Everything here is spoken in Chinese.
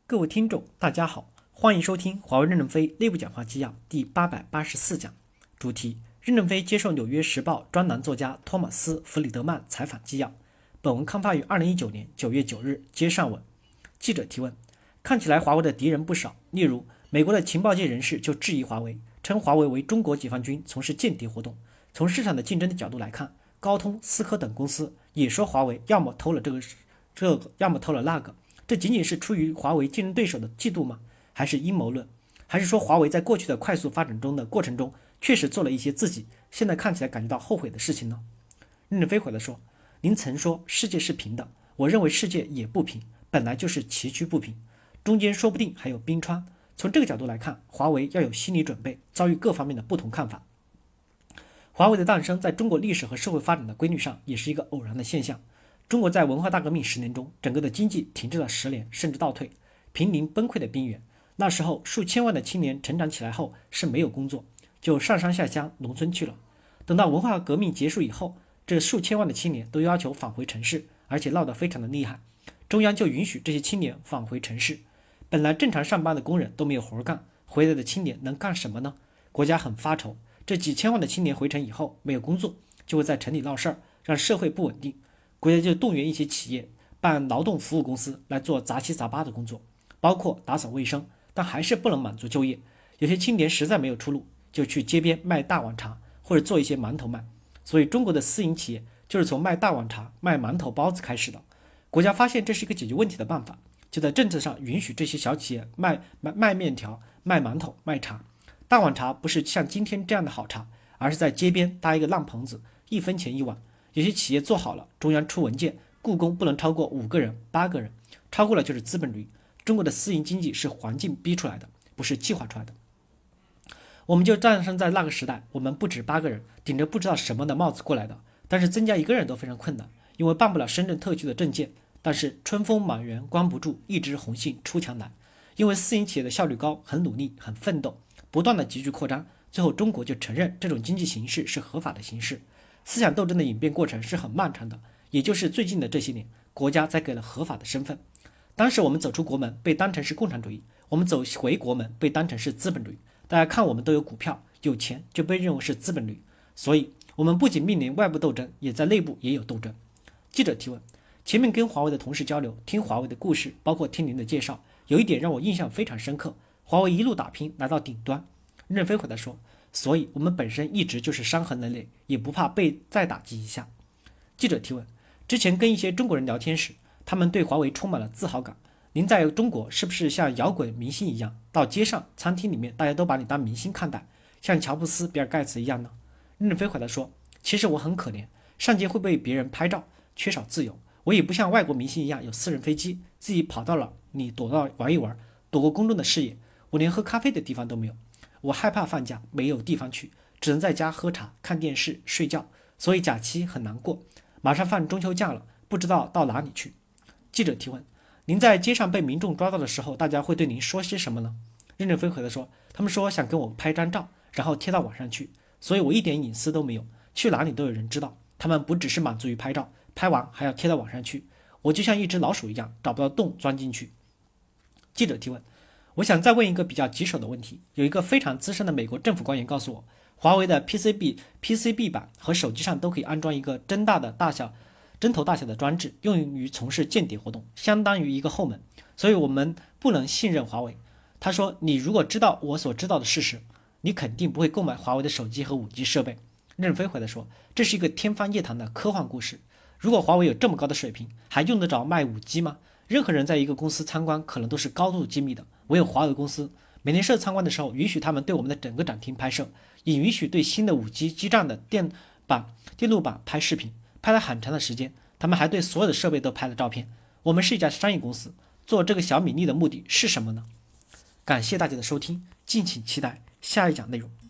各位听众，大家好，欢迎收听华为任正非内部讲话纪要第884讲，主题：任正非接受《纽约时报》专栏作家托马斯·弗里德曼采访纪要。本文刊发于2019年9月9日，接上文。记者提问：看起来华为的敌人不少，例如美国的情报界人士就质疑华为，称华为为中国解放军从事间谍活动。从市场的竞争的角度来看，高通、思科等公司也说华为要么偷了这个，要么偷了那个。这仅仅是出于华为竞争对手的嫉妒吗？还是阴谋论？还是说华为在过去的快速发展中的过程中，确实做了一些自己现在看起来感觉到后悔的事情呢？任正非回答说：您曾说世界是平的，我认为世界也不平，本来就是崎岖不平，中间说不定还有冰川。从这个角度来看，华为要有心理准备，遭遇各方面的不同看法。华为的诞生在中国历史和社会发展的规律上也是一个偶然的现象。中国在文化大革命10年中，整个的经济停滞了10年，甚至倒退，濒临崩溃的边缘。那时候，数千万的青年成长起来后是没有工作，就上山下乡农村去了。等到文化革命结束以后，这数千万的青年都要求返回城市，而且闹得非常的厉害。中央就允许这些青年返回城市。本来正常上班的工人都没有活干，回来的青年能干什么呢？国家很发愁，这几千万的青年回城以后没有工作，就会在城里闹事儿，让社会不稳定。国家就动员一些企业办劳动服务公司来做杂七杂八的工作，包括打扫卫生，但还是不能满足就业。有些青年实在没有出路，就去街边卖大碗茶，或者做一些馒头卖。所以中国的私营企业就是从卖大碗茶、卖馒头包子开始的。国家发现这是一个解决问题的办法，就在政策上允许这些小企业卖面条、卖馒头、卖茶。大碗茶不是像今天这样的好茶，而是在街边搭一个烂棚子，1分钱一碗。有些企业做好了，中央出文件，雇工不能超过5个人、8个人，超过了就是资本驴。中国的私营经济是环境逼出来的，不是计划出来的。我们就诞生在那个时代，我们不止8个人，顶着不知道什么的帽子过来的，但是增加1个人都非常困难，因为办不了深圳特区的证件。但是春风满园关不住，一枝红杏出墙来。因为私营企业的效率高，很努力，很奋斗，不断的急剧扩张，最后中国就承认这种经济形式是合法的形式。思想斗争的演变过程是很漫长的，也就是最近的这些年，国家才给了合法的身份。当时我们走出国门被当成是共产主义，我们走回国门被当成是资本主义。大家看我们都有股票，有钱就被认为是资本主义，所以我们不仅面临外部斗争，也在内部也有斗争。记者提问：前面跟华为的同事交流，听华为的故事，包括听您的介绍，有一点让我印象非常深刻，华为一路打拼来到顶端。任正非回答说：所以我们本身一直就是伤痕累累，也不怕被再打击一下。记者提问：之前跟一些中国人聊天时，他们对华为充满了自豪感。您在中国是不是像摇滚明星一样，到街上、餐厅里面，大家都把你当明星看待，像乔布斯、比尔盖茨一样呢？任正非回答说：其实我很可怜，上街会被别人拍照，缺少自由。我也不像外国明星一样有私人飞机，自己跑到了你躲到玩一玩，躲过公众的视野。我连喝咖啡的地方都没有。我害怕放假没有地方去，只能在家喝茶、看电视、睡觉，所以假期很难过。马上放中秋假了，不知道到哪里去。记者提问：您在街上被民众抓到的时候，大家会对您说些什么呢？任正非回答说：他们说想跟我拍张照，然后贴到网上去，所以我一点隐私都没有，去哪里都有人知道。他们不只是满足于拍照，拍完还要贴到网上去，我就像一只老鼠一样，找不到洞钻进去。记者提问：我想再问一个比较棘手的问题。有一个非常资深的美国政府官员告诉我，华为的 PCB 板和手机上都可以安装一个针头大小的装置，用于从事间谍活动，相当于一个后门，所以我们不能信任华为。他说：你如果知道我所知道的事实，你肯定不会购买华为的手机和5G 设备。任正非回答说：这是一个天方夜谭的科幻故事。如果华为有这么高的水平，还用得着卖5G 吗？任何人在一个公司参观可能都是高度机密的，唯有华为公司，美联社参观的时候允许他们对我们的整个展厅拍摄，也允许对新的5G 基站的电路板拍视频，拍了很长的时间。他们还对所有的设备都拍了照片。我们是一家商业公司，做这个小米粒的目的是什么呢？感谢大家的收听，敬请期待下一讲内容。